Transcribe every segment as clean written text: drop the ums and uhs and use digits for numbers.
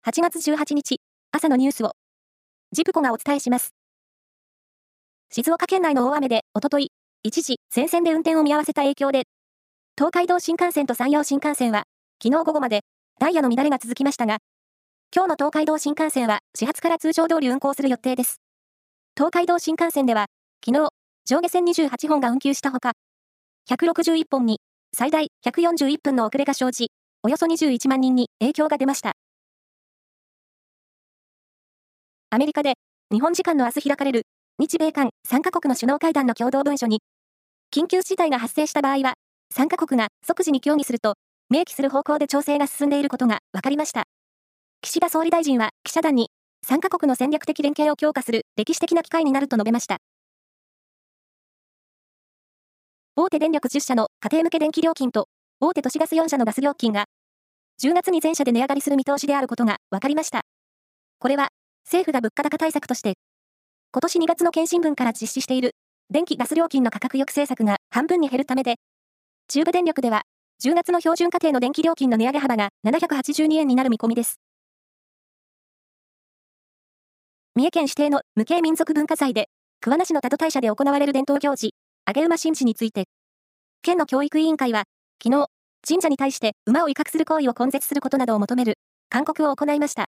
8月18日、朝のニュースを、ジプコがお伝えします。静岡県内の大雨で、おととい、一時、全線で運転を見合わせた影響で、東海道新幹線と山陽新幹線は、昨日午後まで、ダイヤの乱れが続きましたが、今日の東海道新幹線は、始発から通常通り運行する予定です。東海道新幹線では、昨日、上下線28本が運休したほか、161本に、最大141分の遅れが生じ、およそ21万人に影響が出ました。アメリカで、日本時間の明日開かれる、日米韓3カ国の首脳会談の共同文書に、緊急事態が発生した場合は、3カ国が即時に協議すると、明記する方向で調整が進んでいることが分かりました。岸田総理大臣は記者団に、3カ国の戦略的連携を強化する歴史的な機会になると述べました。大手電力10社の家庭向け電気料金と、大手都市ガス4社のガス料金が、10月に全社で値上がりする見通しであることが分かりました。これは、政府が物価高対策として、今年2月の検針分から実施している電気・ガス料金の価格抑制策が半分に減るためで、中部電力では10月の標準家庭の電気料金の値上げ幅が782円になる見込みです。三重県指定の無形民族文化財で、桑名市の多度大社で行われる伝統行事、上げ馬神事について、県の教育委員会は、昨日、神社に対して馬を威嚇する行為を根絶することなどを求める勧告を行いました。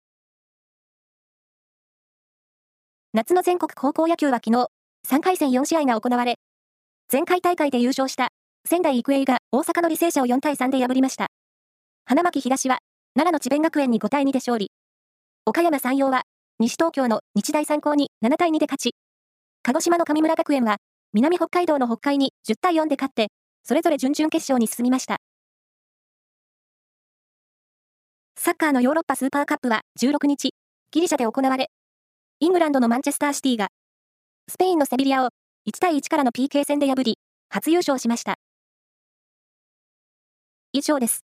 夏の全国高校野球は昨日、3回戦4試合が行われ、前回大会で優勝した仙台育英が大阪の履正社を4対3で破りました。花巻東は奈良の智弁学園に5対2で勝利。岡山山陽は西東京の日大三高に7対2で勝ち。鹿児島の神村学園は南北海道の北海に10対4で勝って、それぞれ準々決勝に進みました。サッカーのヨーロッパスーパーカップは16日、ギリシャで行われ、イングランドのマンチェスターシティが、スペインのセビリアを1対1からの PK 戦で破り、初優勝しました。以上です。